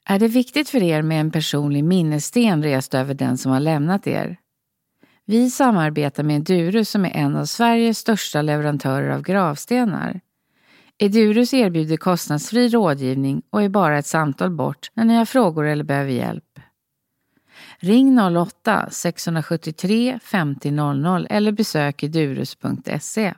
Är det viktigt för er med en personlig minnessten rest över den som har lämnat er? Vi samarbetar med Edurus som är en av Sveriges största leverantörer av gravstenar. Edurus erbjuder kostnadsfri rådgivning och är bara ett samtal bort när ni har frågor eller behöver hjälp. Ring 08-673 50 00 eller besök edurus.se.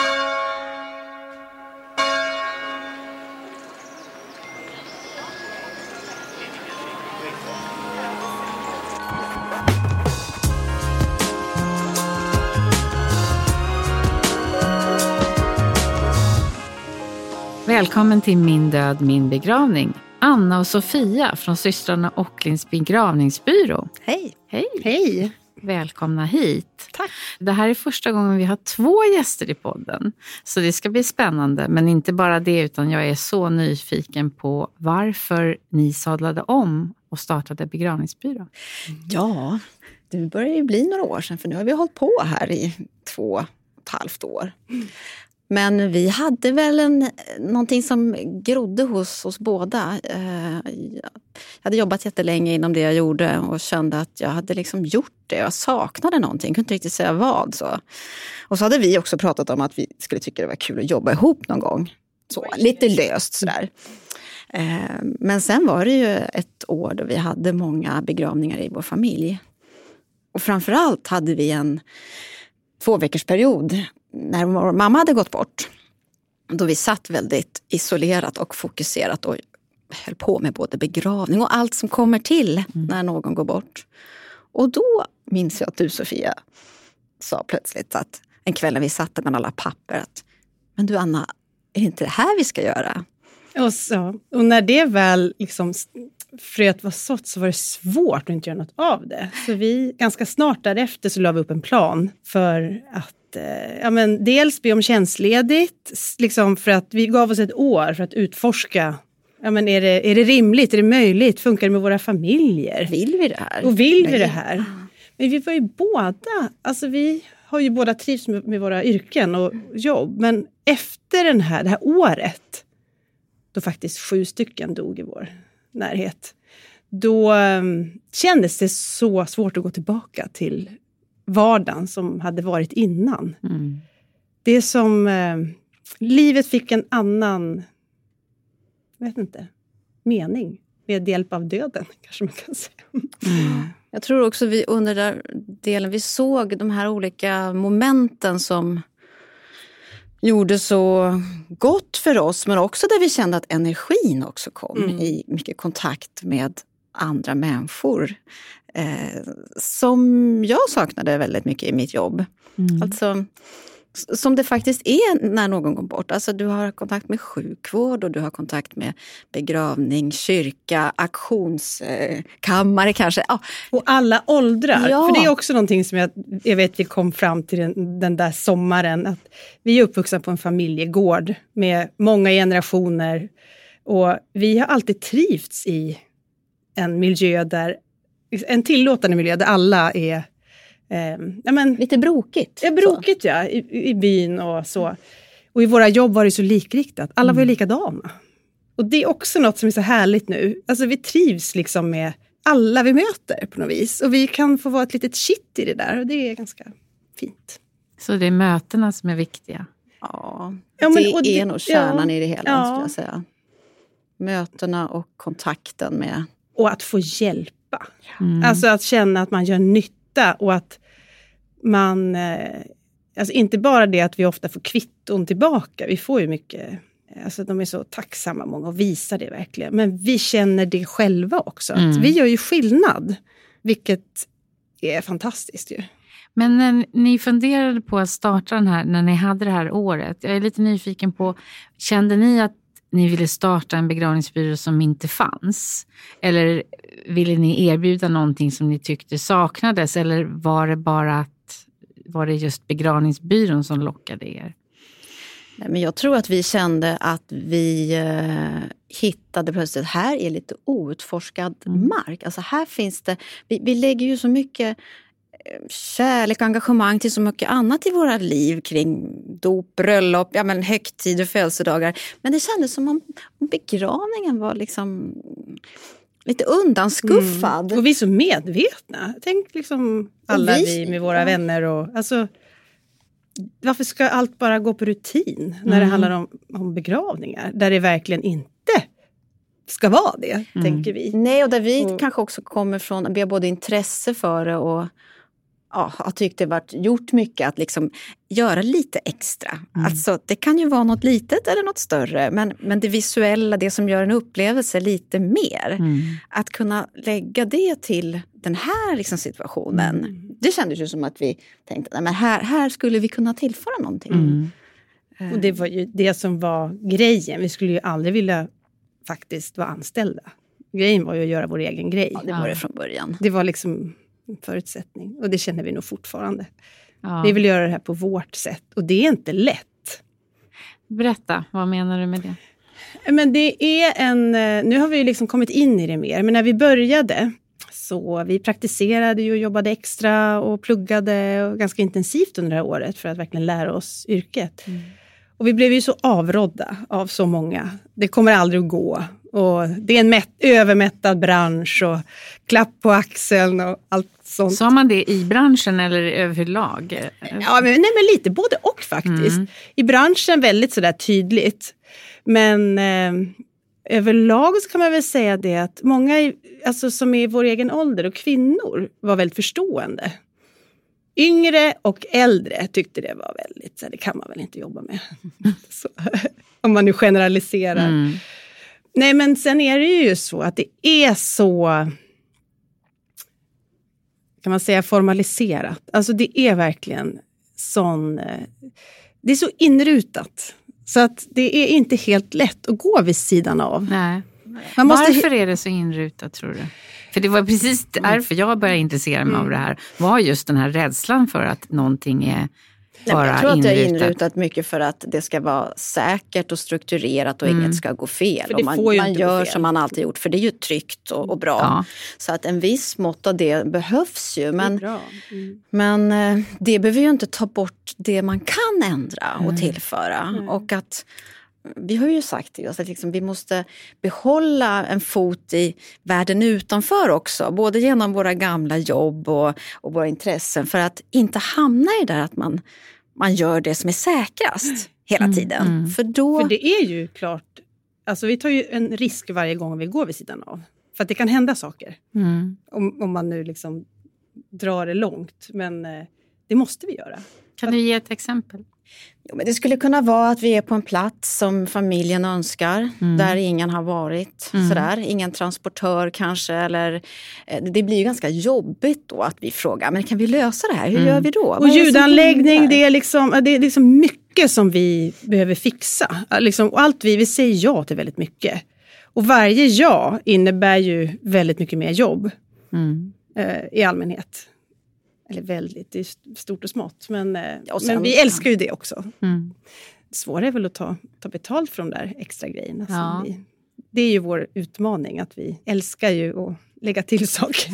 Välkommen till Min död, min begravning. Anna och Sofia från systrarna Ocklins begravningsbyrå. Hej. Hej. Hej. Välkomna hit. Tack. Det här är första gången vi har 2 gäster i podden. Så det ska bli spännande. Men inte bara det, utan jag är så nyfiken på varför ni sadlade om och startade begravningsbyrå. Ja, det börjar ju bli några år sedan, för nu har vi hållit på här i 2,5 år. Men vi hade väl någonting som grodde hos oss båda. Jag hade jobbat jättelänge inom det jag gjorde och kände att jag hade liksom gjort det. Jag saknade någonting, jag kunde inte riktigt säga vad. Så. Och så hade vi också pratat om att vi skulle tycka det var kul att jobba ihop någon gång. Så, lite löst sådär. Men sen var det ju ett år då vi hade många begravningar i vår familj. Och framförallt hade vi en 2-veckorsperiod när vår mamma hade gått bort, då vi satt väldigt isolerat och fokuserat och höll på med både begravning och allt som kommer till när någon går bort. Och då minns jag att du, Sofia, sa plötsligt att en kväll när vi satt med alla papper att, men du Anna, är det inte det här vi ska göra? Och när det väl liksom fröet var sått så var det svårt att inte göra något av det. Så vi ganska snart därefter så la vi upp en plan för att dels be om tjänstledigt, liksom för att vi gav oss ett år för att utforska. Är det rimligt? Är det möjligt? Funkar det med våra familjer? Vill vi det här? Och vill vi det här? Men vi var ju båda, vi har ju båda trivs med våra yrken och jobb. Men efter det här året, då faktiskt 7 stycken dog i vår närhet, då kändes det så svårt att gå tillbaka till vardagen som hade varit innan. Det är som livet fick en annan mening med hjälp av döden, kanske man kan säga. Jag tror också vi under den delen vi såg de här olika momenten som gjorde så gott för oss, men också där vi kände att energin också kom i mycket kontakt med andra människor. Som jag saknade väldigt mycket i mitt jobb. Alltså, som det faktiskt är när någon går bort. Alltså, du har kontakt med sjukvård och du har kontakt med begravning, kyrka, auktionskammare kanske. Och alla åldrar. Ja. För det är också någonting som jag vet vi kom fram till den där sommaren. Att vi är uppvuxna på en familjegård med många generationer. Och vi har alltid trivts i en miljö en tillåtande miljö där alla är lite brokigt. Ja, brokigt i byn och så. Och i våra jobb var det så likriktat. Alla var ju likadana. Och det är också något som är så härligt nu. Alltså vi trivs liksom med alla vi möter på något vis. Och vi kan få vara ett litet kitt i det där. Och det är ganska fint. Så det är mötena som är viktiga? Ja, det är nog kärnan i det hela, skulle jag säga. Mötena och kontakten med... Och att få hjälpa. Alltså att känna att man gör nytta och att man... Alltså inte bara det att vi ofta får kvitton tillbaka. Vi får ju mycket... Alltså de är så tacksamma många och visar det verkligen. Men vi känner det själva också. Att vi gör ju skillnad. Vilket är fantastiskt ju. Men när ni funderade på att starta den här, när ni hade det här året. Jag är lite nyfiken på, kände ni att ni ville starta en begravningsbyrå som inte fanns? Eller ville ni erbjuda någonting som ni tyckte saknades? Eller var det just begravningsbyrån som lockade er? Nej, men jag tror att vi kände att vi hittade plötsligt, här är lite outforskad mark. Alltså här finns det, vi lägger ju så mycket kärlek och engagemang till så mycket annat i våra liv kring dop, bröllop, högtider, födelsedagar. Men det kändes som om begravningen var liksom lite undanskuffad. Och vi är så medvetna. Tänk liksom alla vi med våra vänner. Och, alltså, varför ska allt bara gå på rutin när det handlar om begravningar? Där det verkligen inte ska vara det, tänker vi. Nej, och där vi kanske också kommer från, vi har både intresse för det och har tyckt det varit gjort mycket att liksom göra lite extra. Alltså det kan ju vara något litet eller något större, men det visuella, det som gör en upplevelse lite mer. Att kunna lägga det till den här liksom situationen. Det kändes ju som att vi tänkte, nej, men här skulle vi kunna tillföra någonting. Och det var ju det som var grejen. Vi skulle ju aldrig vilja faktiskt vara anställda. Grejen var ju att göra vår egen grej. Ja, det var det från början. Det var liksom en förutsättning. Och det känner vi nog fortfarande. Ja. Vi vill göra det här på vårt sätt. Och det är inte lätt. Berätta, vad menar du med det? Men det är nu har vi liksom kommit in i det mer. Men när vi började så vi praktiserade ju och jobbade extra och pluggade och ganska intensivt under det här året för att verkligen lära oss yrket. Och vi blev ju så avrådda av så många. Det kommer aldrig att gå. Och det är en övermättad bransch och klapp på axeln och allt sånt. Sa man det i branschen eller överlag? Ja, men lite både och faktiskt. I branschen väldigt sådär tydligt. Men överlag så kan man väl säga det att många alltså, som är i vår egen ålder och kvinnor var väldigt förstående. Yngre och äldre tyckte det var väldigt, så det kan man väl inte jobba med. Så, om man nu generaliserar. Nej, men sen är det ju så att det är så, kan man säga, formaliserat. Alltså det är verkligen det är så inrutat. Så att det är inte helt lätt att gå vid sidan av. Nej. Varför är det så inrutat, tror du? För det var precis därför jag började intressera mig av det här. Var just den här rädslan för att någonting är bara jag tror att det är inrutat. inrutat mycket för att det ska vara säkert och strukturerat och inget ska gå fel. Och man gör som man alltid gjort, för det är ju tryggt och bra. Ja. Så att en viss mått av det behövs ju. Men det behöver ju inte ta bort det man kan ändra och tillföra. Och att vi har ju sagt till oss att liksom vi måste behålla en fot i världen utanför också. Både genom våra gamla jobb och våra intressen. För att inte hamna i det där att man gör det som är säkrast hela tiden. För det är ju klart, alltså vi tar ju en risk varje gång vi går vid sidan av. För att det kan hända saker. Om man nu liksom drar det långt. Men det måste vi göra. Kan du ge ett exempel? Jo, men det skulle kunna vara att vi är på en plats som familjen önskar. Där ingen har varit. Sådär. Ingen transportör kanske. Eller, det blir ju ganska jobbigt då att vi frågar. Men kan vi lösa det här? Hur gör vi då? Och ljudanläggning, det är liksom mycket som vi behöver fixa. Liksom, och allt vi säger ja till väldigt mycket. Och varje ja innebär ju väldigt mycket mer jobb. I allmänhet. Eller väldigt, det är stort och smått. Men vi älskar ju det också. Det svåra är väl att ta betalt för de där extra grejerna. Ja. Det är ju vår utmaning, att vi älskar ju att lägga till saker.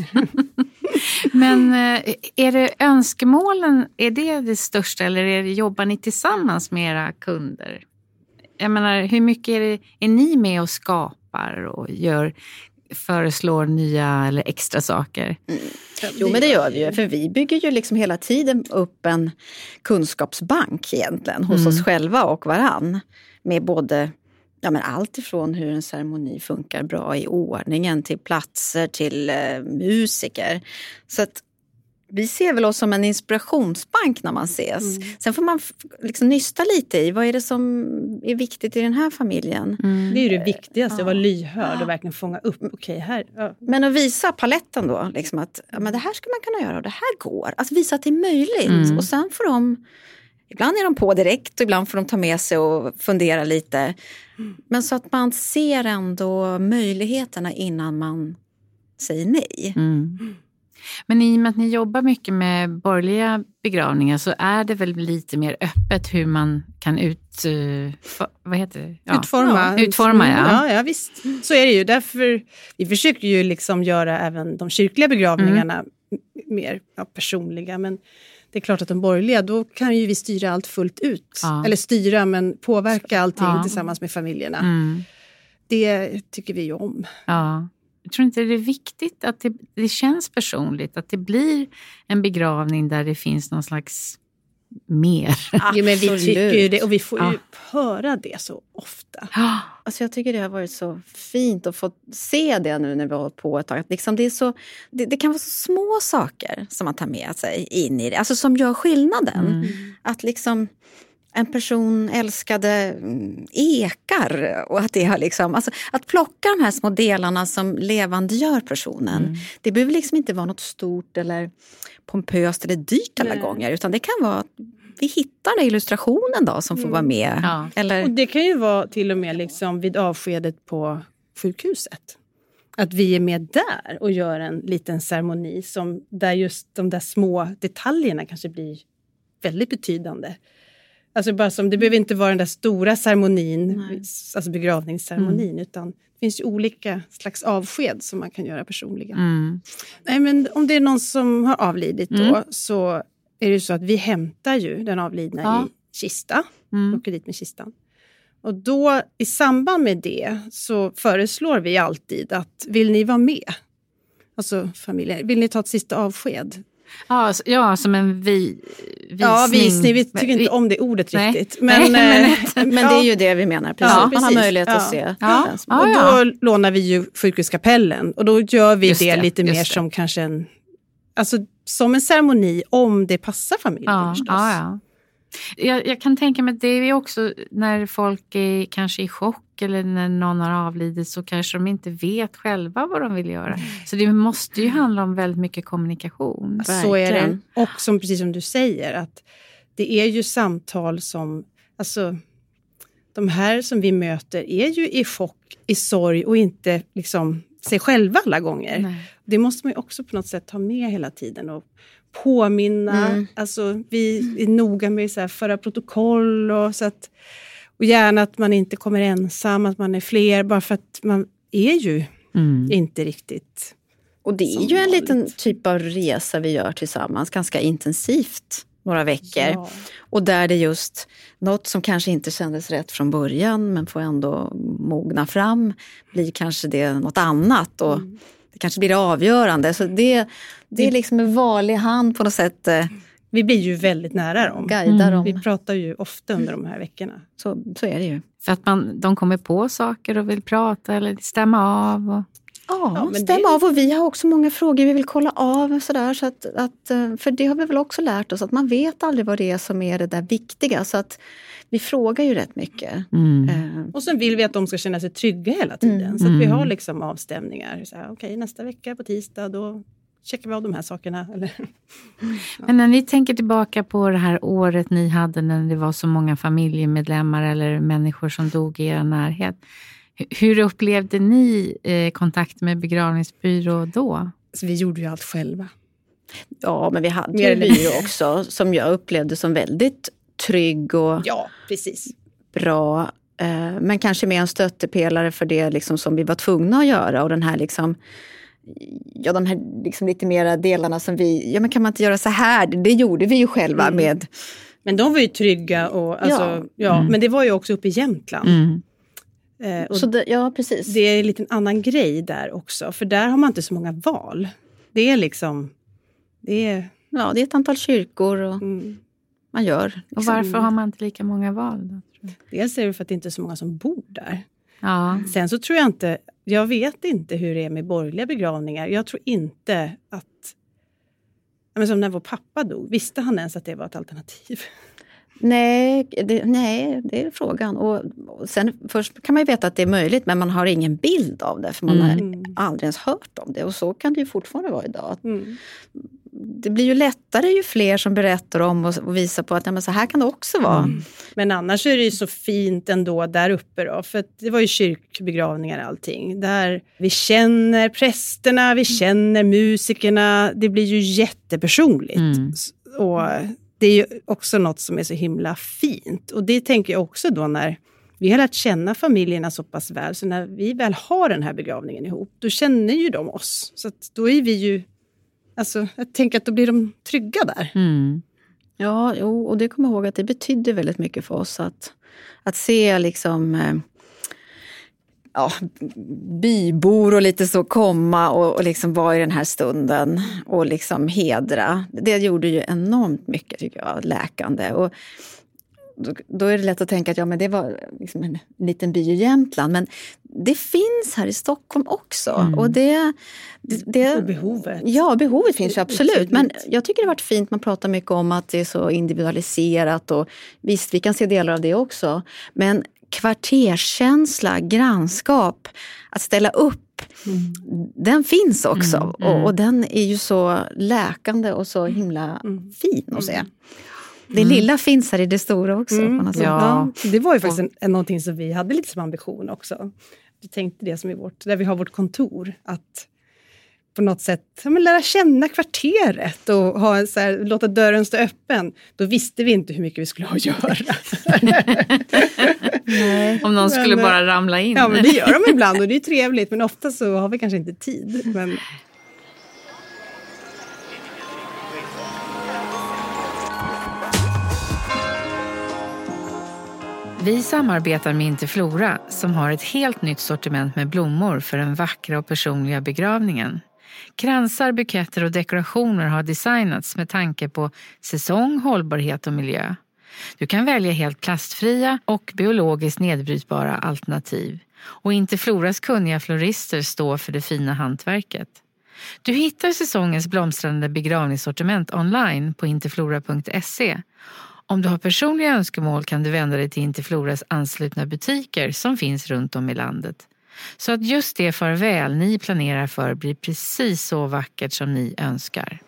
Men är det önskemålen, är det största, eller jobbar ni tillsammans med era kunder? Jag menar, hur mycket är ni med och skapar och föreslår nya eller extra saker? Jo, men det gör vi ju. För vi bygger ju liksom hela tiden upp en kunskapsbank egentligen hos oss själva och varann. Med både allt ifrån hur en ceremoni funkar bra i ordningen till platser till musiker. Så att vi ser väl oss som en inspirationsbank när man ses. Sen får man liksom nysta lite i vad är det som är viktigt i den här familjen. Det är ju det viktigaste, att vara lyhörd och verkligen fånga upp. Okej, här. Ja. Men att visa paletten då, liksom att men det här ska man kunna göra och det här går. Alltså visa att det är möjligt. Och sen får ibland är de på direkt och ibland får de ta med sig och fundera lite. Men så att man ser ändå möjligheterna innan man säger nej. Men i och med att ni jobbar mycket med borgerliga begravningar så är det väl lite mer öppet hur man kan utforma. Ja, visst. Så är det ju. Därför vi försöker ju liksom göra även de kyrkliga begravningarna mer personliga. Men det är klart att de borgerliga, då kan ju vi styra allt fullt ut. Ja. Eller styra, men påverka allting tillsammans med familjerna. Det tycker vi ju om. Ja. Jag tror inte det är viktigt att det känns personligt, att det blir en begravning där det finns någon slags mer. Ja, men vi tycker ju det, och vi får ju höra det så ofta. Alltså jag tycker det har varit så fint att få se det nu när vi har hållit på ett tag. Att liksom det kan vara så små saker som man tar med sig in i det. Alltså som gör skillnaden. Att liksom en person älskade ekar och att det har liksom, alltså att plocka de här små delarna som levandegör personen. Det behöver liksom inte vara något stort eller pompöst eller dyrt alla gånger, utan det kan vara att vi hittar den illustrationen då som får vara med. Ja. Eller... Och det kan ju vara till och med liksom vid avskedet på sjukhuset. Att vi är med där och gör en liten ceremoni som där just de där små detaljerna kanske blir väldigt betydande. Alltså bara som, det behöver inte vara den där stora ceremonin, alltså begravningsceremonin, utan det finns ju olika slags avsked som man kan göra personligen. Nej, men om det är någon som har avlidit då, så är det ju så att vi hämtar ju den avlidna i kista, åker dit med kistan. Och då i samband med det så föreslår vi alltid att vill ni vara med? Alltså familjen, vill ni ta ett sista avsked? Ja, som en visning. Ja, visning. Vi tycker inte om det ordet riktigt. Men det är ju det vi menar. Precis. Ja, man har möjlighet att se. Och då lånar vi ju sjukhuskapellen. Och då gör vi det lite mer som kanske som en ceremoni om det passar familjen förstås. Ja. Jag kan tänka mig att det är också när folk är kanske i chock eller när någon har avlidit, så kanske de inte vet själva vad de vill göra. Så det måste ju handla om väldigt mycket kommunikation. Så är det. Och som, precis som du säger, att det är ju samtal som, alltså de här som vi möter är ju i chock, i sorg och inte liksom sig själva alla gånger. Nej. Det måste man ju också på något sätt ta med hela tiden och påminna. Alltså vi är noga med så här föra protokoll och så att, och gärna att man inte kommer ensam, att man är fler, bara för att man är ju inte riktigt. Och det är ju en liten typ av resa vi gör tillsammans, ganska intensivt några veckor. Ja. Och där det just något som kanske inte kändes rätt från början men får ändå mogna fram, blir kanske det något annat och det kanske blir det avgörande. Så det är liksom en vanlig hand på något sätt. Vi blir ju väldigt nära dem. Guidar dem. Vi pratar ju ofta under de här veckorna. Så är det ju. För att de kommer på saker och vill prata eller stämma av. Och... Ja, stämma av, och vi har också många frågor vi vill kolla av. Sådär, så att, för det har vi väl också lärt oss, att man vet aldrig vad det är som är det där viktiga. Så att vi frågar ju rätt mycket. Och sen vill vi att de ska känna sig trygga hela tiden. Så att vi har liksom avstämningar. Okej, nästa vecka på tisdag då checkar vi av de här sakerna. Eller? Men när ni tänker tillbaka på det här året ni hade när det var så många familjemedlemmar eller människor som dog i er närhet. Hur upplevde ni kontakt med begravningsbyrå då? Så vi gjorde ju allt själva. Ja, men vi hade ju en byrå också som jag upplevde som väldigt trygg och bra. Men kanske mer en stöttepelare för det liksom som vi var tvungna att göra. Och den här liksom, de här liksom lite mera delarna som vi, men kan man inte göra så här? Det gjorde vi ju själva med. Men de var ju trygga och men det var ju också uppe i Jämtland. Och så precis. Det är en liten annan grej där också. För där har man inte så många val. Det är liksom... det är ett antal kyrkor och man gör. Liksom. Och varför har man inte lika många val då? Dels är det för att det inte är så många som bor där. Ja. Sen så tror jag inte... Jag vet inte hur det är med borgerliga begravningar. Jag tror inte att... Men som när vår pappa dog. Visste han ens att det var ett alternativ? Nej, det är frågan. Och sen först kan man ju veta att det är möjligt, men man har ingen bild av det. För man har aldrig ens hört om det. Och så kan det ju fortfarande vara idag. Det blir ju lättare ju fler som berättar om och visar på att så här kan det också vara. Men annars är det ju så fint ändå där uppe då. För att det var ju kyrkbegravningar och allting. Där vi känner prästerna, vi känner musikerna. Det blir ju jättepersonligt. Och... det är ju också något som är så himla fint. Och det tänker jag också då när vi har lärt känna familjerna så pass väl. Så när vi väl har den här begravningen ihop, då känner ju de oss. Så att då är vi ju, alltså jag tänker att då blir de trygga där. Ja, och det kommer jag ihåg att det betydde väldigt mycket för oss att se liksom... bybor och lite så komma och liksom vara i den här stunden och liksom hedra. Det gjorde ju enormt mycket, tycker jag, läkande. Och då är det lätt att tänka att men det var liksom en liten by i Jämtland, men det finns här i Stockholm också. Och och behovet. Ja, behovet finns ju absolut. Men jag tycker det har varit fint, man pratar mycket om att det är så individualiserat, och visst, vi kan se delar av det också. Men kvarterskänsla, grannskap, att ställa upp, den finns också. Och den är ju så läkande och så himla fin att se. Det lilla finns här i det stora också. Ja, det var ju faktiskt någonting som vi hade lite som ambition också. Vi tänkte det som där vi har vårt kontor, att på något sätt lära känna kvarteret och låta dörren stå öppen. Då visste vi inte hur mycket vi skulle ha att göra. Om någon skulle bara ramla in. Ja, men det gör de ibland och det är trevligt, men ofta så har vi kanske inte tid. Men... Vi samarbetar med Interflora som har ett helt nytt sortiment med blommor för den vackra och personliga begravningen. Kransar, buketter och dekorationer har designats med tanke på säsong, hållbarhet och miljö. Du kan välja helt plastfria och biologiskt nedbrytbara alternativ. Och Interfloras kunniga florister står för det fina hantverket. Du hittar säsongens blomstrande begravningssortiment online på interflora.se. Om du har personliga önskemål kan du vända dig till Interfloras anslutna butiker som finns runt om i landet. Så att just det farväl ni planerar för blir precis så vackert som ni önskar.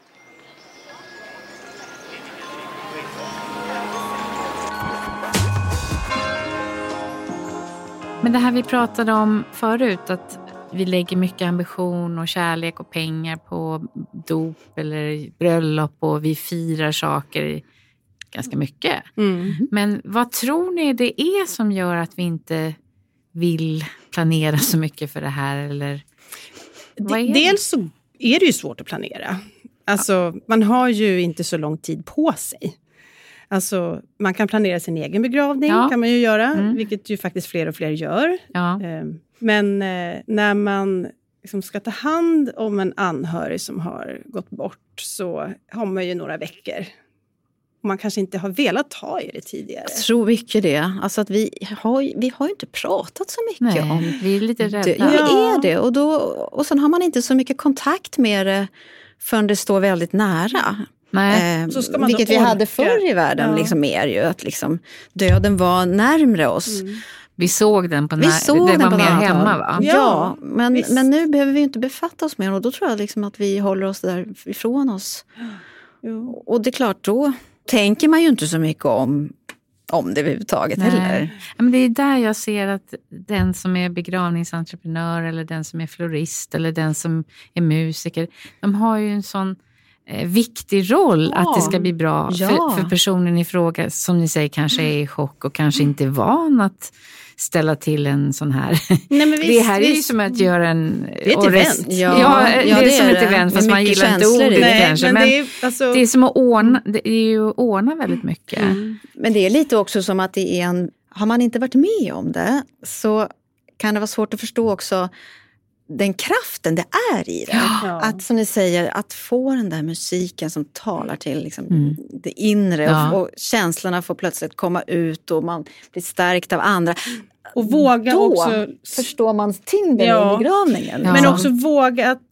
Men det här vi pratade om förut, att vi lägger mycket ambition och kärlek och pengar på dop eller bröllop och vi firar saker ganska mycket. Men vad tror ni det är som gör att vi inte vill planera så mycket för det här? Eller dels så är det ju svårt att planera. Alltså, man har ju inte så lång tid på sig. Alltså, man kan planera sin egen begravning, kan man ju göra, vilket ju faktiskt fler och fler gör. Ja. Men när man liksom ska ta hand om en anhörig som har gått bort, så har man ju några veckor. Man kanske inte har velat ta i det tidigare. Jag tror mycket det. Alltså att vi har ju inte pratat så mycket om. Vi är lite rädda. Ja, vi är det. Och sen har man inte så mycket kontakt med det förrän det står väldigt nära. Nej. Så ska man vilket vi hade förr i världen liksom mer ju. Att liksom döden var närmare oss. Vi såg den på det var mer hemma, va? Ja, men nu behöver vi inte befatta oss mer. Och då tror jag liksom att vi håller oss där ifrån oss. Jo. Och det är klart, då tänker man ju inte så mycket om det överhuvudtaget heller. Men det är där jag ser att den som är begravningsentreprenör eller den som är florist eller den som är musiker, de har ju en sån viktig roll att det ska bli bra för personen i fråga, som ni säger, kanske är i chock och kanske inte är van att ställa till en sån här. Nej, men det här är ju som att göra en... Det är ett event. Det är som ett event, fast man gillar inte ordet kanske. Men det är som att ordna, det är ju att ordna väldigt mycket. Men det är lite också som att det är har man inte varit med om det, så kan det vara svårt att förstå också den kraften det är i det. Ja. Att, som ni säger, att få den där musiken som talar till liksom, det inre och känslorna får plötsligt komma ut och man blir stärkt av andra. Och våga då också... förstår man tyngden i begravningen. Ja. Men också våga att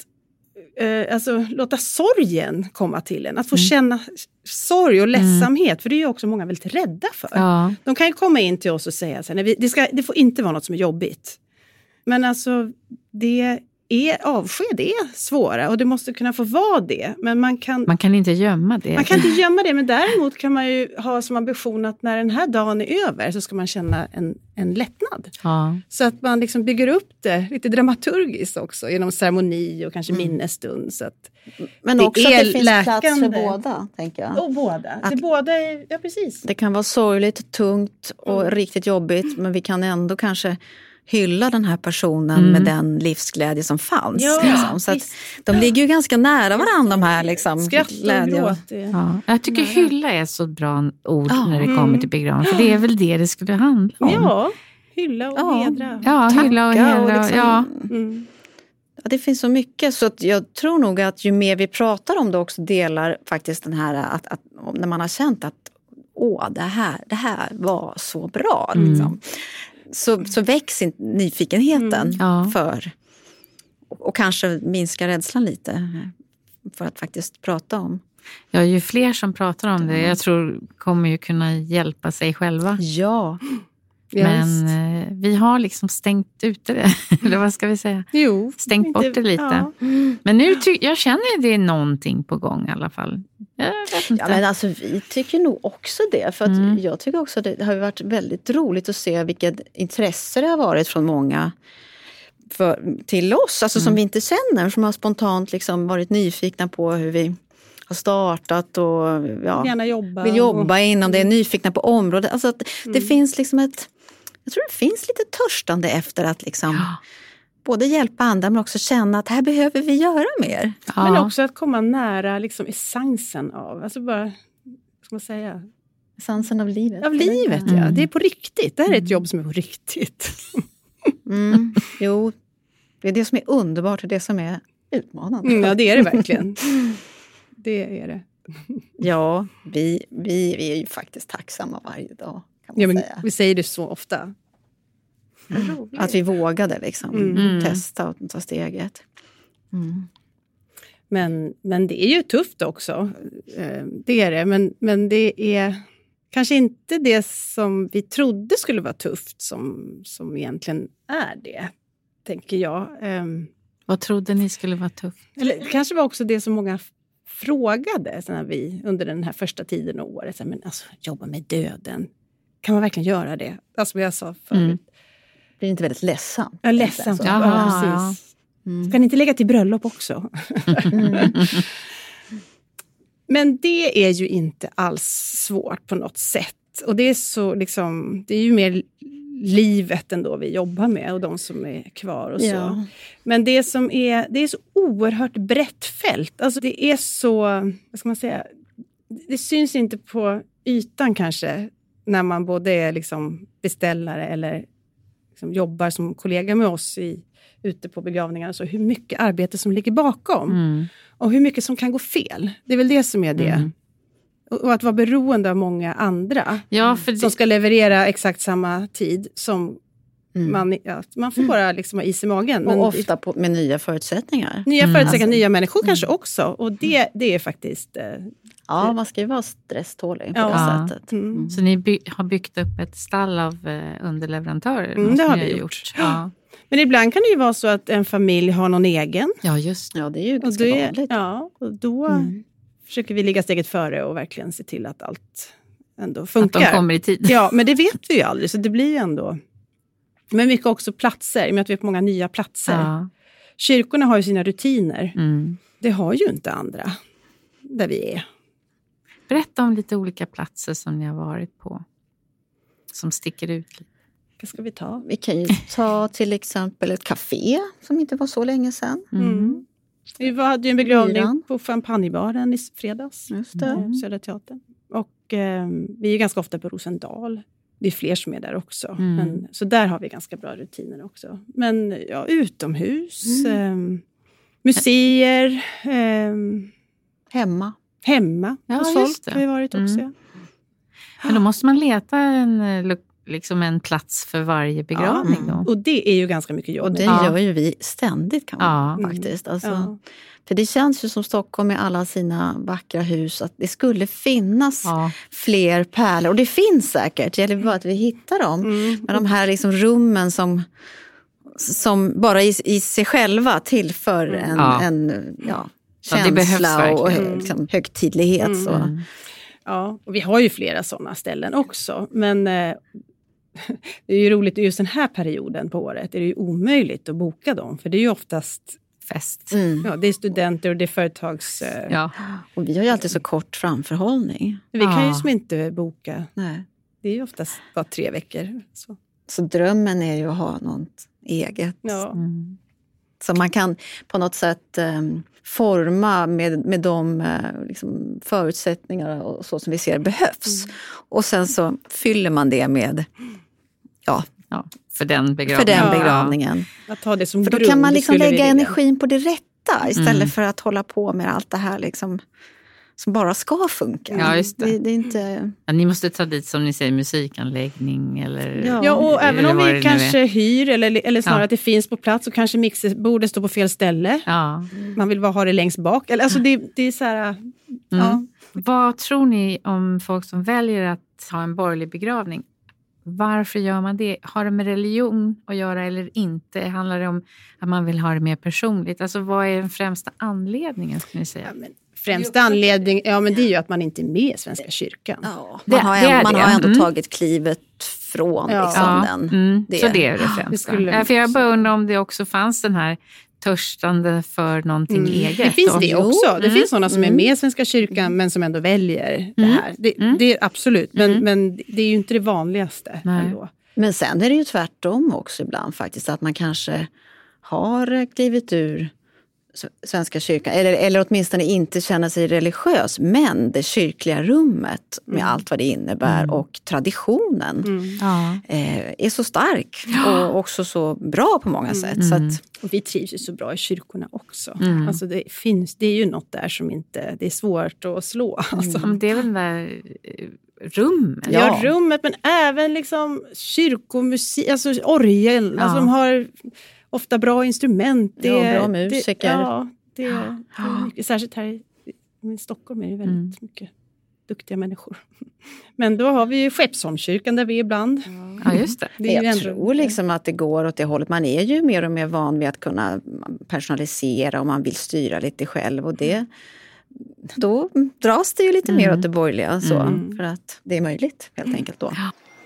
låta sorgen komma till en. Att få känna sorg och ledsamhet. För det är ju också många väldigt rädda för. Ja. De kan ju komma in till oss och säga så här, det får inte vara något som är jobbigt. Men alltså, avsked är svåra och det måste kunna få vara det. Men man kan inte gömma det. Man kan inte gömma det, men däremot kan man ju ha som ambition att när den här dagen är över så ska man känna en lättnad. Ja. Så att man liksom bygger upp det lite dramaturgiskt också genom ceremoni och kanske minnesstund. Så att men också att det finns plats för båda, tänker jag. Och båda. Ja, precis. Det kan vara sorgligt, tungt och riktigt jobbigt, men vi kan ändå kanske hylla den här personen med den livsglädje som fanns. Ja, liksom. Så att de ligger ju ganska nära varandra, de här liksom, skratt och gråt. Ja. Jag tycker hylla är så bra ord när det kommer till begravning. För det är väl det skulle handla om. Ja, Hylla och hedra. Ja, hylla och hedra. Liksom, ja. Ja, det finns så mycket, så att jag tror nog att ju mer vi pratar om det också delar faktiskt den här att när man har känt att det här var så bra liksom, så växer nyfikenheten för och kanske minskar rädslan lite för att faktiskt prata om. Ja, ju fler som pratar om det, jag tror kommer ju kunna hjälpa sig själva. Ja. Men vi har liksom stängt ute det. Eller vad ska vi säga? Jo, stängt bort det lite. Ja. Men nu jag känner att det är någonting på gång i alla fall. Jag vet inte. Ja, men alltså vi tycker nog också det. För att jag tycker också att det har varit väldigt roligt att se vilket intresse det har varit från många till oss. Alltså som vi inte känner. Som har spontant liksom varit nyfikna på hur vi har startat och gärna vill jobba inom det. Nyfikna på området. Alltså att det finns liksom jag tror det finns lite törstande efter att liksom både hjälpa andra men också känna att här behöver vi göra mer. Ja. Men också att komma nära liksom essensen av, alltså bara, vad ska man säga? Essensen av livet. Av livet, ja. Det är på riktigt. Det här är ett jobb som är på riktigt. Jo, det är det som är underbart och det som är utmanande. Ja, det är det verkligen. Det är det. Ja, vi är ju faktiskt tacksamma varje dag. Ja, men vi säger det så ofta. Att vi vågade liksom testa och ta steget. Men det är ju tufft också. Det är det. Men det är kanske inte det som vi trodde skulle vara tufft som egentligen är det, tänker jag. Vad trodde ni skulle vara tufft? Eller kanske var också det som många frågade när vi under den här första tiden av året. Men alltså, jobba med döden. Kan man verkligen göra det? Alltså som jag sa förut. Det är inte väldigt ledsamt. Ja, ledsamt. Ja, precis. Ska ni inte lägga till bröllop också? Men det är ju inte alls svårt på något sätt. Och det är så liksom, det är ju mer livet ändå vi jobbar med och de som är kvar och så. Ja. Men det är så oerhört brett fält. Alltså det är så, vad ska man säga, det syns inte på ytan kanske när man både är liksom beställare eller liksom jobbar som kollega med oss ute på begravningar. Så hur mycket arbete som ligger bakom och hur mycket som kan gå fel. Det är väl det som är det. Och att vara beroende av många andra som ska leverera exakt samma tid som man får bara liksom ha is i magen. Och ofta med nya förutsättningar. Nya förutsättningar, nya människor kanske också. Och det är faktiskt... ja, man ska ju vara stresstålig på det sättet. Så ni har byggt upp ett stall av underleverantörer? Det har vi gjort. Ja. Men ibland kan det ju vara så att en familj har någon egen. Ja, just det. Ja, det är ju ganska vanligt. Ja, och då försöker vi ligga steget före och verkligen se till att allt ändå funkar. Att de kommer i tid. Ja, men det vet vi ju aldrig, så det blir ju ändå... Men mycket också platser, med att vi har på många nya platser. Ja. Kyrkorna har ju sina rutiner. Det har ju inte andra där vi är. Berätta om lite olika platser som ni har varit på. Som sticker ut lite. Vad ska vi ta? Vi kan ju ta till exempel ett café som inte var så länge sedan. Vi hade ju en begravning på Champagnebaren i fredags. Just det. Södra Teatern. Och vi är ganska ofta på Rosendal. Det är fler som är där också. Så där har vi ganska bra rutiner också. Men utomhus. Museer. Hemma. Hos folk har vi varit också. Men då måste man leta en plats för varje begravning. Då. Och det är ju ganska mycket jobb. Och det gör ju vi ständigt kan man faktiskt. Alltså, för det känns ju som Stockholm med alla sina vackra hus att det skulle finnas fler pärlor. Och det finns säkert, det gäller bara att vi hittar dem. Men de här liksom rummen som bara i sig själva tillför en känsla och liksom, högtidlighet. Så. Ja, och vi har ju flera sådana ställen också. Men det är ju roligt, just den här perioden på året är det ju omöjligt att boka dem. För det är ju oftast fest. Ja, det är studenter och det är företags... Och vi har ju alltid så kort framförhållning. Vi kan ju som inte boka. Nej. Det är ju oftast bara 3 veckor. Så drömmen är ju att ha något eget. Ja. Så man kan på något sätt forma med de liksom, förutsättningar och så som vi ser behövs. Och sen så fyller man det med för den begravningen. För den begravningen. Att ta det som för då grund, kan man liksom lägga vilja. energin på det rätta istället för att hålla på med allt det här liksom, som bara ska funka. Ja, just det. Det är inte... Ja, ni måste ta dit, som ni säger, musikanläggning eller... Ja, och även om vi kanske hyr eller snarare Ja. att det finns på plats, så kanske mixerbordet står på fel ställe. Ja. Man vill bara ha det längst bak. Eller, alltså det är så här... Ja. Vad tror ni om folk som väljer att ha en borgerlig begravning? Varför gör man det? Har det med religion att göra eller inte? Handlar det om att man vill ha det mer personligt? Alltså vad är den främsta anledningen, skulle ni säga? Ja, men främsta anledning, men det är ju att man inte är med i Svenska kyrkan. Ja, Det man har ändå Mm. tagit klivet från liksom, den. Så det är det främsta. För jag bara undrar om det också fanns den här törstande för någonting eget. Det finns det också. Det finns sådana som är med i Svenska kyrkan men som ändå väljer det här. Det är absolut, men det är ju inte det vanligaste ändå. Men sen är det ju tvärtom också ibland faktiskt, att man kanske har klivit ur Svenska kyrkan, eller åtminstone inte känner sig religiös, men det kyrkliga rummet med allt vad det innebär och traditionen är så stark och också så bra på många sätt. Så att, och vi trivs ju så bra i kyrkorna också. Alltså det är ju något där som inte, det är svårt att slå. Alltså. Det är väl den där rummet? Ja, rummet, men även liksom kyrkomusik, alltså orgel, alltså de har ofta bra instrument. Bra musiker. Det är mycket, särskilt här i Stockholm är det väldigt mycket duktiga människor. Men då har vi ju Skeppsholmskyrkan där vi ibland. Ja, just det. Jag tror liksom att det går åt det hållet. Man är ju mer och mer van vid att kunna personalisera och man vill styra lite själv. Och då dras det ju lite mer åt det borgerliga. För att det är möjligt helt enkelt då.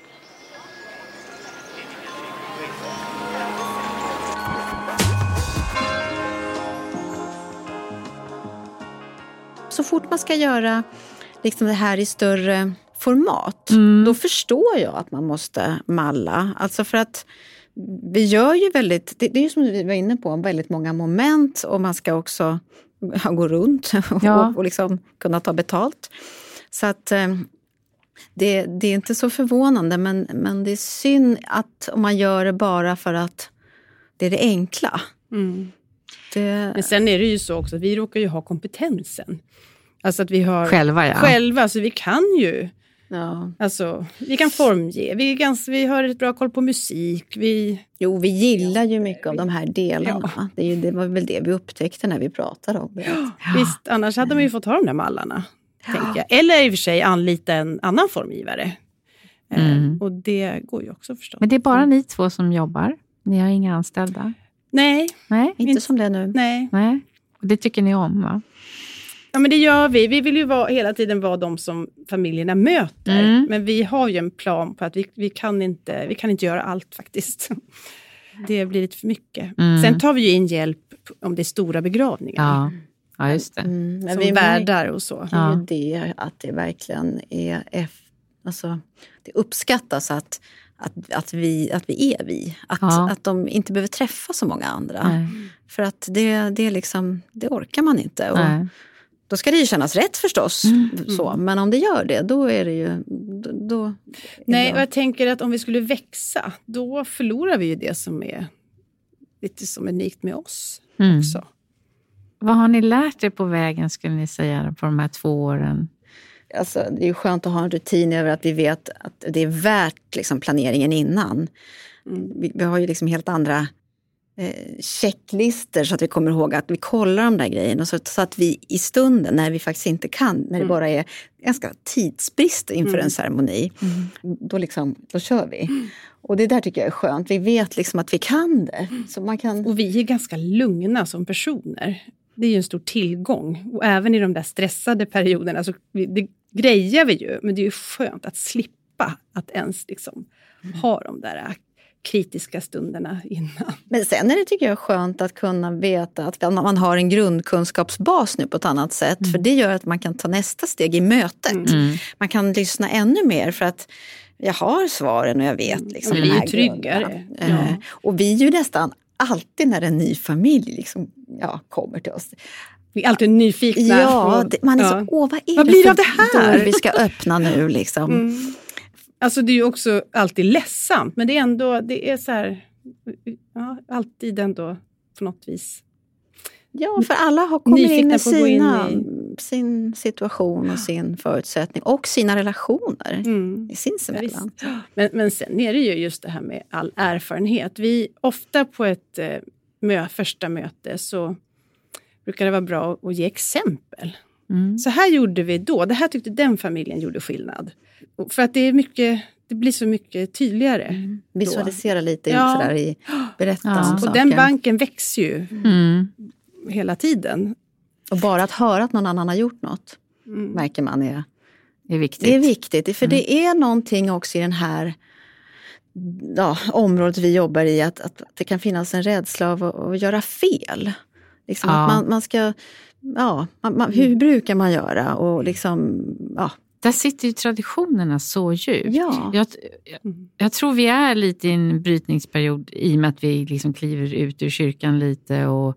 Så fort man ska göra liksom det här i större format, då förstår jag att man måste malla. Alltså för att vi gör ju det är ju som vi var inne på, väldigt många moment och man ska också gå runt och liksom kunna ta betalt. Så att det är inte så förvånande, men det är synd att om man gör det bara för att det är det enkla. Men sen är det ju så också att vi råkar ju ha kompetensen. Alltså att vi har själva, så vi kan ju alltså, vi kan formge, vi har ett bra koll på musik. Vi gillar ju mycket av de här delarna. Det var väl det vi upptäckte när vi pratade om det. Visst, annars hade man ju fått ha de där mallarna, tänker jag. Eller i och för sig anlita en annan formgivare. Och det går ju också förstås. Men det är bara ni två som jobbar? Ni har inga anställda? Nej. Inte som det är nu. Nej. Och det tycker ni om, va? Ja, men det gör vi. Vi vill ju hela tiden vara de som familjerna möter. Men vi har ju en plan på att vi kan inte göra allt faktiskt. Det blir lite för mycket. Sen tar vi ju in hjälp om det är stora begravningar. Ja, just det. Men som värdar och så. Det är ju det att det verkligen är alltså, det uppskattas att vi är vi. Att de inte behöver träffa så många andra. För att det liksom, det orkar man inte. Och då ska det ju kännas rätt förstås. Men om det gör det, då är det ju... Nej, och jag tänker att om vi skulle växa, då förlorar vi ju det som är lite som unikt med oss också. Vad har ni lärt er på vägen, skulle ni säga, på de här 2 åren? Alltså, det är ju skönt att ha en rutin över att vi vet att det är värt liksom, planeringen innan. Vi har ju liksom helt andra checklister så att vi kommer ihåg att vi kollar de där grejerna. Så att vi i stunden, när vi faktiskt inte kan, när det bara är ganska tidsbrist inför en ceremoni, då kör vi. Och det där tycker jag är skönt. Vi vet liksom att vi kan det. Så man kan... Och vi är ganska lugna som personer. Det är ju en stor tillgång. Och även i de där stressade perioderna så det grejer vi ju. Men det är ju skönt att slippa att ens liksom ha de där kritiska stunderna innan. Men sen är det, tycker jag, skönt att kunna veta att man har en grundkunskapsbas nu på ett annat sätt. För det gör att man kan ta nästa steg i mötet. Man kan lyssna ännu mer för att jag har svaren och jag vet liksom vi är tryggare. Och vi är ju nästan alltid när en ny familj liksom, kommer till oss. Vi är alltid nyfikna. Ja, man är så, vad är vad det blir för av det här? dörr vi ska öppna nu liksom. Alltså det är ju också alltid ledsamt, men det är ändå, det är så här, ja, alltid ändå på något vis. Ja, för alla har kommit in med sin situation och sin förutsättning och sina relationer i sinsemellan. Men sen är det ju just det här med all erfarenhet. Vi ofta på ett första möte så brukar det vara bra att ge exempel. Så här gjorde vi då. Det här tyckte den familjen gjorde skillnad. För att det blir så mycket tydligare. Visualisera lite sådär i berättelsen. Och den banken växer ju hela tiden. Och bara att höra att någon annan har gjort något märker man är viktigt. Det är viktigt, för det är någonting också i den här området vi jobbar i att det kan finnas en rädsla av att göra fel. Liksom att man ska, hur brukar man göra och liksom, Där sitter ju traditionerna så djupt. Ja. Jag tror vi är lite i en brytningsperiod i och med att vi liksom kliver ut ur kyrkan lite och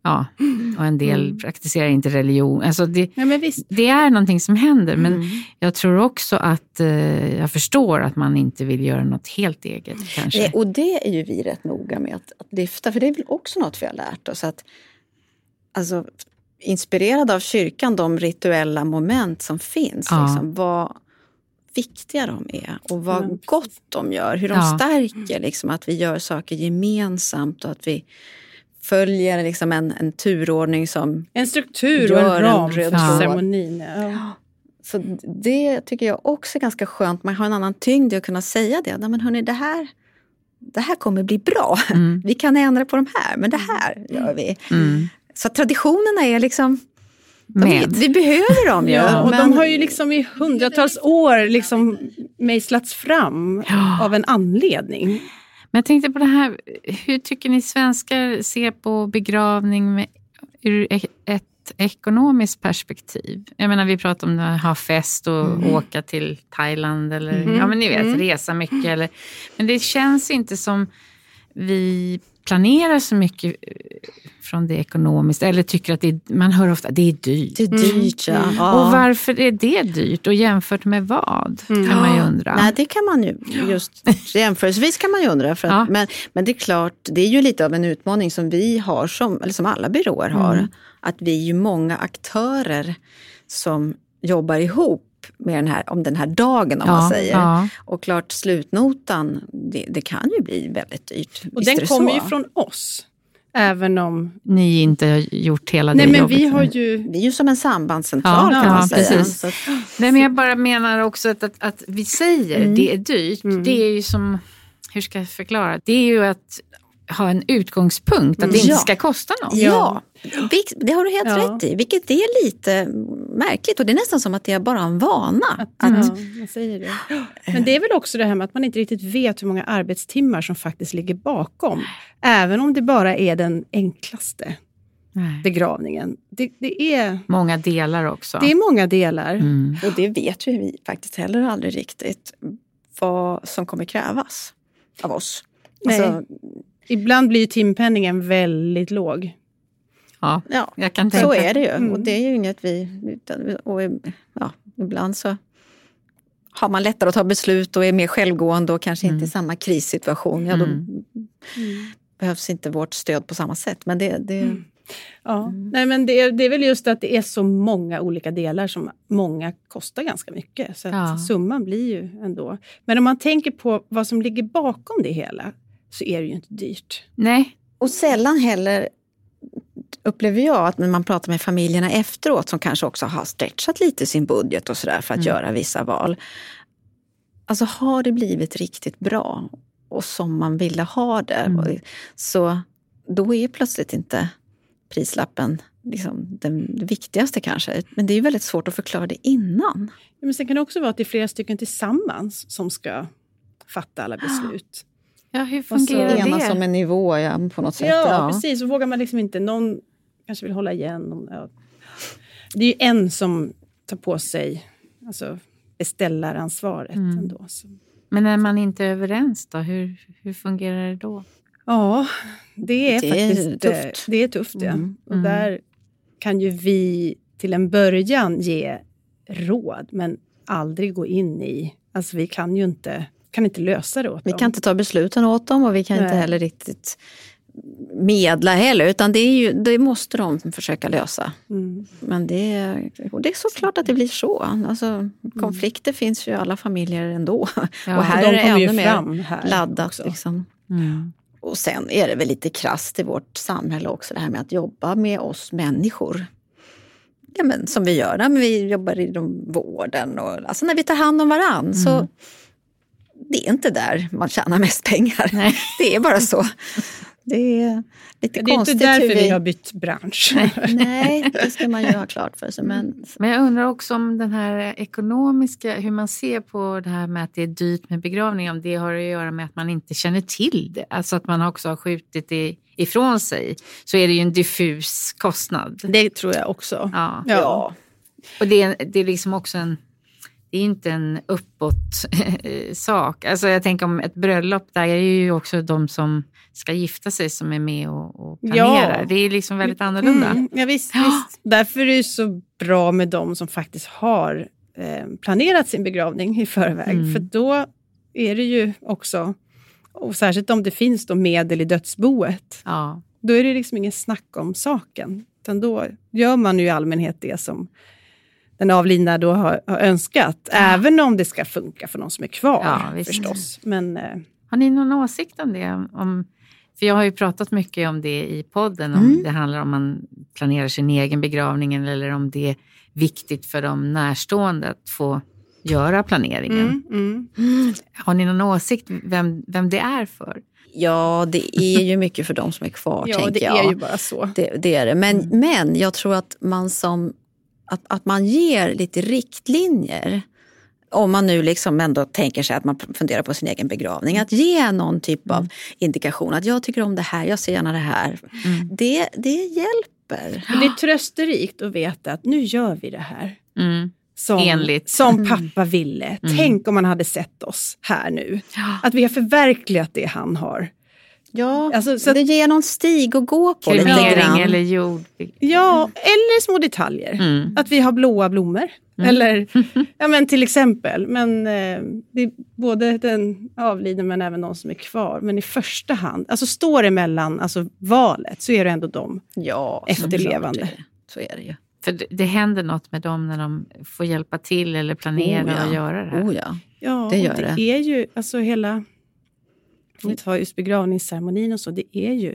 en del praktiserar inte religion. Alltså det är någonting som händer, men jag tror också att jag förstår att man inte vill göra något helt eget kanske. Och det är ju vi rätt noga med att lyfta, för det är väl också något vi har lärt oss att alltså, inspirerad av kyrkan, de rituella moment som finns, liksom, vad viktiga de är och vad gott de gör, hur de stärker liksom, att vi gör saker gemensamt och att vi följer liksom en turordning som en struktur och en ram för ceremonin. Så det tycker jag också är ganska skönt. Man har en annan tyngd i att kunna säga det. Men hörni, det här kommer bli bra. Vi kan ändra på de här, men det här gör vi. Så traditionerna är liksom vi behöver dem ju. Och de har ju liksom i hundratals år liksom mejslats fram av en anledning. Men jag tänkte på det här, hur tycker ni svenskar ser på begravning ur ett ekonomiskt perspektiv? Jag menar, vi pratar om att ha fest och åka till Thailand eller, men ni vet, resa mycket. Men det känns inte som vi planerar så mycket från det ekonomiskt, eller tycker att man hör ofta att det är dyrt. Det är dyrt, Och varför är det dyrt och jämfört med vad? Kan man ju undra. Nej, det kan man ju just jämförelsevis kan man ju undra. För att, men det är klart, det är ju lite av en utmaning som vi har, som alla byråer har. Att vi är ju många aktörer som jobbar ihop med den här dagen, om man säger. Och klart, slutnotan, det kan ju bli väldigt dyrt. Och den kommer ju från oss. Även om ni inte har gjort hela det jobbet. Men vi har ju... Det är ju som en sambandscentral kan man säga. Precis. Nej, men jag bara menar också att vi säger det är dyrt. Det är ju som, hur ska jag förklara? Det är ju att ha en utgångspunkt, att det inte ska kosta något. Ja, det har du helt rätt i. Vilket är lite märkligt, och det är nästan som att det är bara en vana. Man säger det. Men det är väl också det här med att man inte riktigt vet hur många arbetstimmar som faktiskt ligger bakom. Även om det bara är den enklaste begravningen. Det är många delar också. Det är många delar. Och det vet ju vi faktiskt heller aldrig riktigt vad som kommer krävas av oss. Alltså, ibland blir ju timpenningen väldigt låg. Ja, jag kan tänka. Så är det ju. Och det är ju inget ibland så har man lättare att ta beslut och är mer självgående och kanske inte i samma krissituation. Ja, då behövs inte vårt stöd på samma sätt. Men Nej, men det är väl just att det är så många olika delar som många kostar ganska mycket. Så att summan blir ju ändå. Men om man tänker på vad som ligger bakom det hela, så är det ju inte dyrt. Nej. Och sällan heller upplever jag att när man pratar med familjerna efteråt, som kanske också har stretchat lite sin budget och sådär för att göra vissa val. Alltså, har det blivit riktigt bra och som man ville ha det, så då är plötsligt inte prislappen liksom det viktigaste kanske. Men det är väldigt svårt att förklara det innan. Ja, men sen kan det också vara att det är flera stycken tillsammans som ska fatta alla beslut. Ja, hur fungerar det? Enas som en nivå på något sätt. Ja, precis. Så vågar man liksom inte. Någon kanske vill hålla igen. Det är ju en som tar på sig beställaransvaret ändå. Så. Men när man inte är överens då, hur fungerar det då? Ja, det är faktiskt tufft. Det är tufft, ja. Och där kan ju vi till en början ge råd, men aldrig gå in i alltså vi kan inte lösa det åt dem. Vi kan inte ta besluten åt dem och vi kan inte heller riktigt medla heller, utan det måste de försöka lösa. Men det är såklart att det blir så. Alltså, konflikter finns ju i alla familjer ändå. Ja, och här de är det ännu mer laddat. Liksom. Och sen är det väl lite krasst i vårt samhälle också, det här med att jobba med oss människor. Ja, men som vi gör när vi jobbar i vården. Och, alltså när vi tar hand om varann så det är inte där man tjänar mest pengar. Nej. Det är bara så. Det är lite konstigt. Det är inte därför vi har bytt bransch. Nej, det ska man ju ha klart för sig. Men jag undrar också om den här ekonomiska, hur man ser på det här med att det är dyrt med begravning, om det har att göra med att man inte känner till det. Alltså att man också har skjutit det ifrån sig. Så är det ju en diffus kostnad. Det tror jag också. Ja. Och det är liksom också det är inte en uppåt sak. Alltså jag tänker om ett bröllop, där är ju också de som ska gifta sig som är med och planerar. Ja. Det är liksom väldigt annorlunda. Ja, visst. Därför är det så bra med de som faktiskt har planerat sin begravning i förväg. För då är det ju också, och särskilt om det finns då medel i dödsboet, då är det liksom ingen snack om saken. Utan då gör man ju i allmänhet det som den avlidna då har önskat. Även om det ska funka för någon som är kvar, förstås. Men, har ni någon åsikt om det? För jag har ju pratat mycket om det i podden. Om det handlar om man planerar sin egen begravning eller om det är viktigt för de närstående att få göra planeringen. Har ni någon åsikt vem det är för? Ja, det är ju mycket för de som är kvar, tänker jag. Ja, det är ju bara så. Det är det. Men jag tror att att man ger lite riktlinjer, om man nu liksom ändå tänker sig att man funderar på sin egen begravning, att ge någon typ av indikation, att jag tycker om det här, jag ser gärna det här. Det hjälper. Det är trösterikt att veta att nu gör vi det här. Som pappa ville. Tänk om man hade sett oss här nu. Att vi har förverkligat det han har. Ja, alltså, så det ger någon stig att gå på lite grann. Eller jord. Ja, eller små detaljer. Att vi har blåa blommor. Eller, ja men till exempel. Men det är både den avliden men även de som är kvar. Men i första hand, alltså står det mellan valet, så är det ändå de efterlevande. Så är det ju. För det händer något med dem när de får hjälpa till eller planera och göra det här. Ja, det gör det. Det är ju, alltså hela, om vi tar just begravningsceremonin och så, det är ju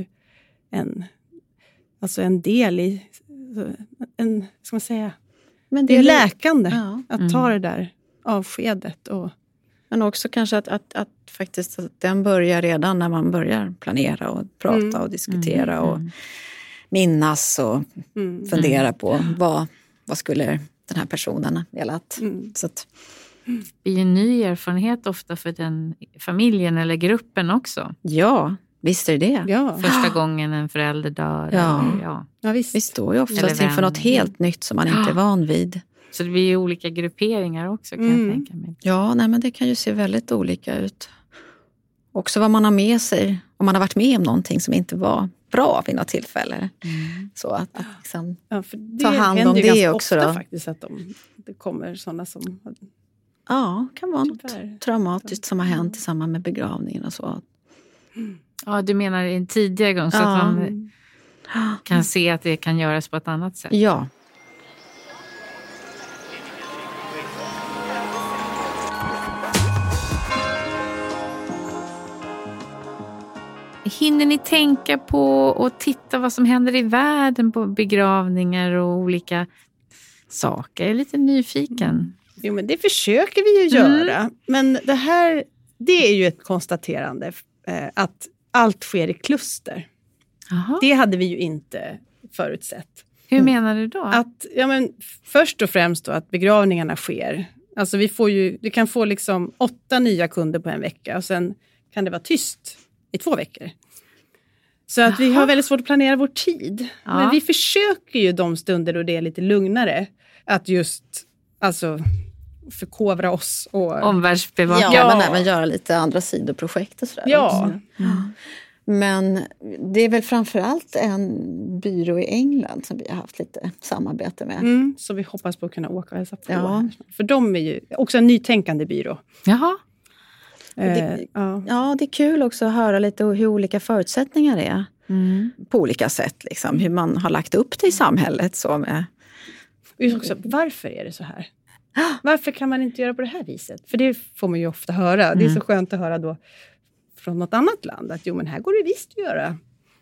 en del i, ska man säga, men det är läkande att ta det där avskedet. Men också kanske att faktiskt att den börjar redan när man börjar planera och prata och diskutera och minnas och fundera på vad skulle den här personen velat. Så att, det är en ny erfarenhet ofta för den familjen eller gruppen också. Ja, visst är det. Ja. Första gången en förälder dör. Ja, visst. Vi står ju oftast inför något helt nytt som man inte är van vid. Så det blir ju olika grupperingar också, kan jag tänka mig. Ja, men det kan ju se väldigt olika ut. Också vad man har med sig. Om man har varit med om någonting som inte var bra vid något tillfälle. Så att liksom, ta hand om det också. Det då. ofta faktiskt att det kommer sådana som... Ja, kan vara något traumatiskt som har hänt i samband med begravningen och så. Ja, du menar en tidigare gång så att man kan se att det kan göras på ett annat sätt. Ja. Hinner ni tänka på och titta vad som händer i världen på begravningar och olika saker? Jag är lite nyfiken. Jo, men det försöker vi ju göra. Men det är ju ett konstaterande att allt sker i kluster. Aha. Det hade vi ju inte förutsett. Hur menar du då? Att, först och främst då att begravningarna sker. Alltså du kan få liksom 8 nya kunder på en vecka och sen kan det vara tyst i 2 veckor. Så att vi har väldigt svårt att planera vår tid. Ja. Men vi försöker ju de stunder då det är lite lugnare att just förkovra oss. Och omvärldsbevaka. Ja, men även göra lite andra sidoprojekt och sådär. Ja. Men det är väl framförallt en byrå i England som vi har haft lite samarbete med. Så vi hoppas på att kunna åka och hälsa på. Ja. För de är ju också en nytänkande byrå. Jaha. Ja, det är kul också att höra lite hur olika förutsättningar är. På olika sätt. Liksom. Hur man har lagt upp det i samhället. Så med. Också, varför är det så här? Varför kan man inte göra på det här viset? För det får man ju ofta höra. Det är så skönt att höra då från något annat land. Att men här går det visst att göra.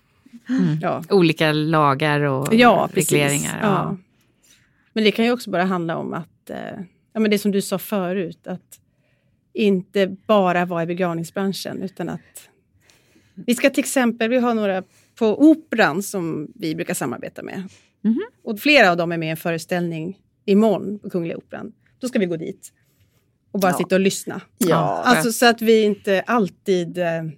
Ja. Olika lagar och regleringar. Ja. Men det kan ju också bara handla om att, men det som du sa förut, att inte bara vara i begravningsbranschen, utan att vi ska till exempel, vi har några på Operan som vi brukar samarbeta med. Och flera av dem är med i en föreställning imorgon på Kungliga Operan. Då ska vi gå dit och bara sitta och lyssna. Ja. Alltså så att vi inte alltid,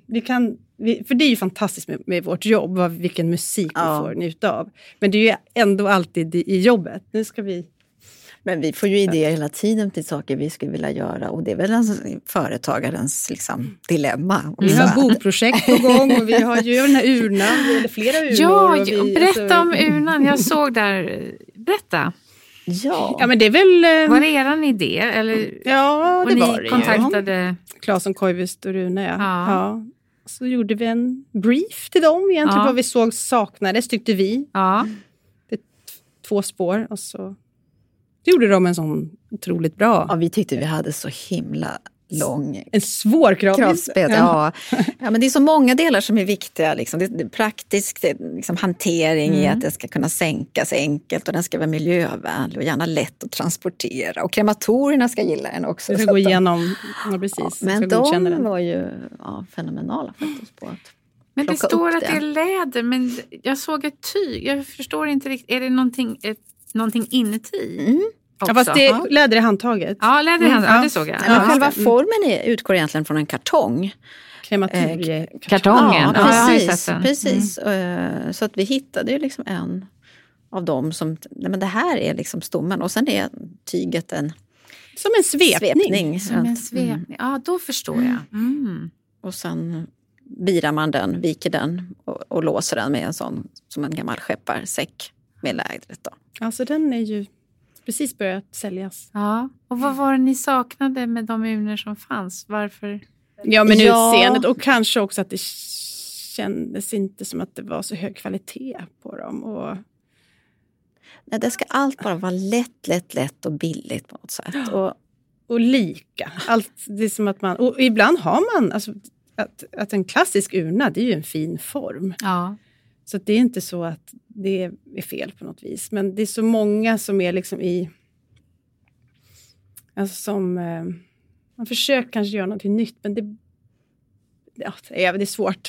för det är ju fantastiskt med vårt jobb, vilken musik vi får njuta av. Men det är ju ändå alltid i jobbet. Nu ska vi... Men vi får ju idéer hela tiden till saker vi skulle vilja göra. Och det är väl företagarens dilemma. Vi har bokprojekt på gång och vi har ju den här urnan, eller flera urnor. Ja, berätta om urnan. Jag såg där. Berätta. Ja, men det är väl... Var det eran idé? Eller? Ja, det var det. Kontaktade... Claesson, Koivisto och Rune, ja. Så gjorde vi en brief till dem egentligen. Vad vi såg saknades, tyckte vi. Ja. Det är 2 spår och så gjorde de en sån otroligt bra. Ja, vi tyckte vi hade så himla lång... En svår kravspel. Ja, men det är så många delar som är viktiga. Liksom. Det är praktisk hantering i att det ska kunna sänkas enkelt och den ska vara miljövänlig och gärna lätt att transportera. Och krematorierna ska gilla den också. Det ska gå igenom, precis. Ja, men de var ju fenomenala faktiskt på att men det står att det är läder, men jag såg ett tyg. Jag förstår inte riktigt. Är det någonting inuti? Ja, fast det läder i handtaget. Ja, läder i handtaget. Ja, det såg jag. Men själva formen utgår egentligen från en kartong. Kartongen. Ja, precis. Så att vi hittade ju en av dem som, men det här är stommen. Och sen är tyget som en svepning. Som en svepning. Ja, då förstår jag. Och sen birar man den, viker den och låser den med en sån, som en gammal skepparsäck med lädret då. Alltså den är ju precis börjat säljas. Ja, och vad var det ni saknade med de urnor som fanns? Varför? Ja, men utseendet och kanske också att det kändes inte som att det var så hög kvalitet på dem. Och... Nej, det ska allt bara vara lätt och billigt på något sätt. Och lika. Allt, det är som att man, och ibland har man, alltså, att en klassisk urna, det är ju en fin form. Ja. Så det är inte så att det är fel på något vis. Men det är så många som är i... Alltså som... Man försöker kanske göra något nytt, men det är svårt.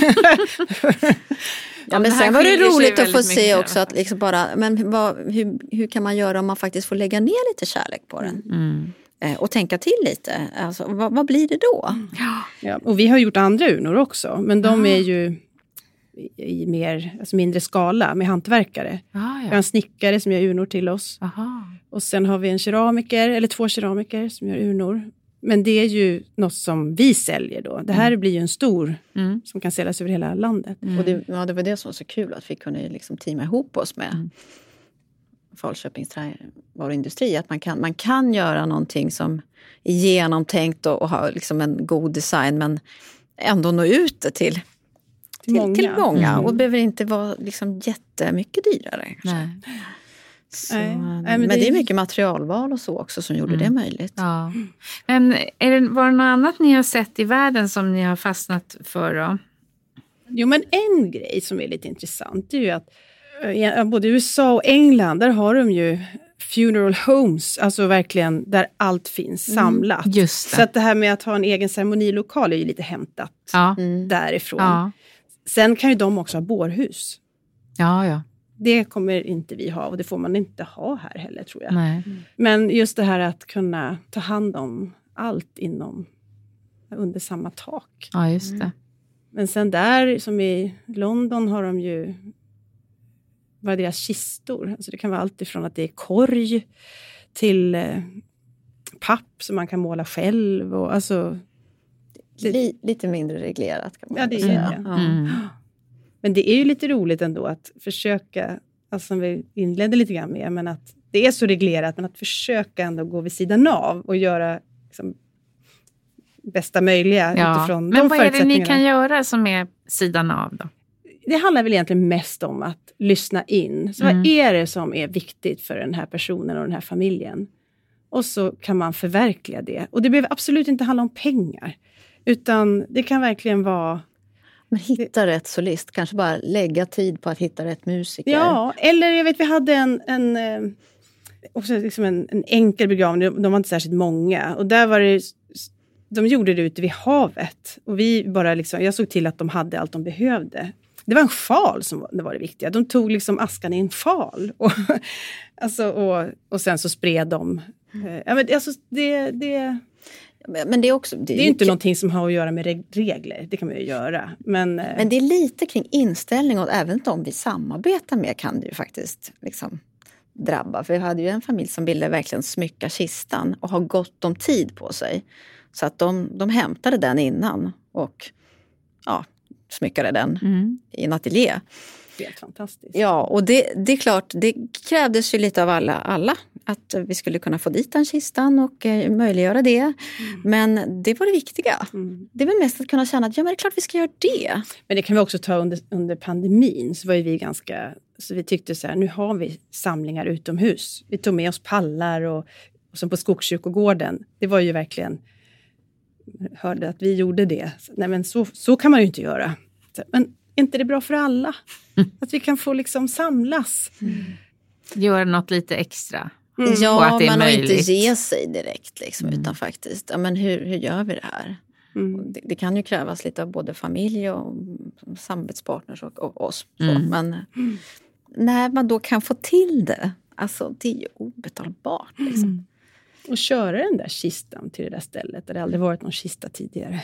Men sen var det roligt att få se också att men hur kan man göra om man faktiskt får lägga ner lite kärlek på den? Och tänka till lite. Alltså, vad blir det då? Ja, och vi har gjort andra urnor också, men de är ju i mindre skala med hantverkare. Vi har en snickare som gör urnor till oss. Och sen har vi en keramiker, eller 2 keramiker som gör urnor. Men det är ju något som vi säljer då. Det här blir ju en stor som kan säljas över hela landet. Och det var det som var så kul, att vi kunde teama ihop oss med Falköpings trävaruindustri. Att man kan göra någonting som är genomtänkt och ha en god design, men ändå nå ut till många. Och behöver inte vara jättemycket dyrare. Nej. Så, men det är mycket materialval och så också som gjorde det möjligt. Ja. Men var det något annat ni har sett i världen som ni har fastnat för då? Jo, men en grej som är lite intressant är ju att både USA och England, där har de ju funeral homes, alltså verkligen där allt finns samlat. Just det. Så att det här med att ha en egen ceremonilokal är ju lite hämtat därifrån. Ja. Sen kan ju de också ha bårhus. Ja. Det kommer inte vi ha, och det får man inte ha här heller, tror jag. Nej. Men just det här att kunna ta hand om allt under samma tak. Ja, just det. Men sen där, som i London, har de ju deras kistor. Alltså det kan vara allt ifrån att det är korg till papp som man kan måla själv. Och alltså, Lite mindre reglerat kan man det säga. är det. Men det är ju lite roligt ändå att försöka, alltså som vi inledde lite grann med, men att det är så reglerat, men att försöka ändå gå vid sidan av och göra liksom, bästa möjliga utifrån de men vad är det ni förutsättningarna. kan göra som är sidan av då? Det handlar väl egentligen mest om att lyssna in. Så vad är det som är viktigt för den här personen och den här familjen? Och så kan man förverkliga det. Och det behöver absolut inte handla om pengar. Utan det kan verkligen vara... Men hitta rätt solist. Kanske bara lägga tid på att hitta rätt musiker. Ja, eller jag vet vi hade också liksom en enkel begravning. De var inte särskilt många. Och där var det... De gjorde det ute vid havet. Och vi bara liksom... Jag såg till att de hade allt de behövde. Det var en sjal som var det viktiga. De tog liksom askan i en sjal. Och sen så spred de... Alltså Men det är också... Det är inte någonting som har att göra med regler. Det kan man ju göra. Men det är lite kring inställning. Och även de vi samarbetar med kan det ju faktiskt liksom drabba. För vi hade ju en familj som ville verkligen smycka kistan. Och ha gott om tid på sig. Så att de hämtade den innan. Och smyckade den i en ateljé. Helt fantastiskt. Ja, och det är klart, det krävdes ju lite av alla att vi skulle kunna få dit den kistan och möjliggöra det. Men det var det viktiga. Det var mest att kunna känna att men det är klart vi ska göra det. Men det kan vi också ta under pandemin, så var ju vi så vi tyckte så här, nu har vi samlingar utomhus. Vi tog med oss pallar och som på Skogskyrkogården. Det var ju verkligen, hörde att vi gjorde det. Nej, men så kan man ju inte göra. Men är inte det bra för alla? Att vi kan få liksom samlas. Göra något lite extra. Ja, och att det är man har möjligt. inte ge sig direkt liksom, utan faktiskt, men hur gör vi det här? Det kan ju krävas lite av både familj och samarbetspartners och oss. Men när man då kan få till det, alltså det är ju obetalbart liksom. Och köra den där kistan till det där stället där det aldrig varit någon kista tidigare.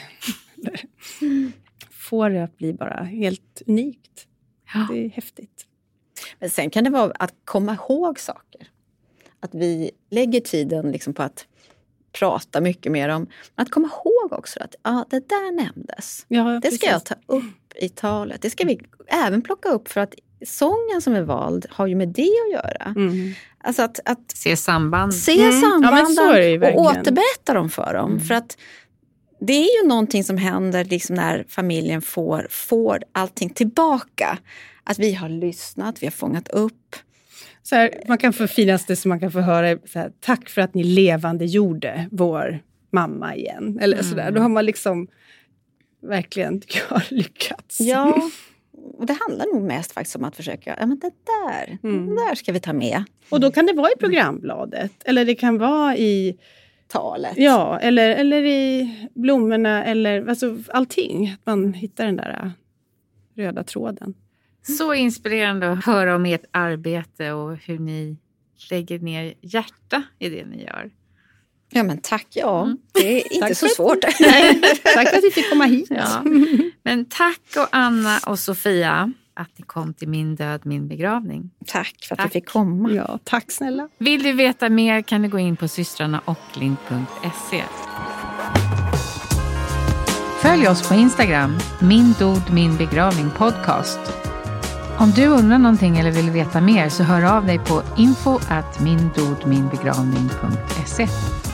Får det att bli bara helt unikt. Ja. Det är häftigt. Men sen kan det vara att komma ihåg saker. Att vi lägger tiden liksom på att prata mycket mer om. Att komma ihåg också att det där nämndes. Ja, det ska jag ta upp i talet. Det ska vi även plocka upp för att sången som är vald har ju med det att göra. Alltså att se samband. Se sambanden ja, och återberätta dem för dem. För att det är ju någonting som händer liksom när familjen får allting tillbaka. Att vi har lyssnat, vi har fångat upp. Så här, man kan få finaste som man kan få höra så här, tack för att ni levande gjorde vår mamma igen. Eller sådär. Då har man liksom verkligen, tycker jag, lyckats. Ja, och det handlar nog mest faktiskt om att försöka, men det där ska vi ta med. Och då kan det vara i programbladet. Eller det kan vara i talet. Ja, eller i blommorna. Eller alltså, allting. Att man hittar den där röda tråden. Så inspirerande att höra om ert arbete och hur ni lägger ner hjärta i det ni gör. Ja, men tack. Det är inte så svårt. Nej, tack för att vi fick komma hit. Ja. Men tack och Anna och Sofia att ni kom till Min död, min begravning. Tack för att vi fick komma. Ja, tack snälla. Vill du veta mer kan du gå in på systrarnaocklink.se. Följ oss på Instagram, Min död, min begravning podcast. Om du undrar någonting eller vill veta mer så hör av dig på info@mindodminbegravning.se.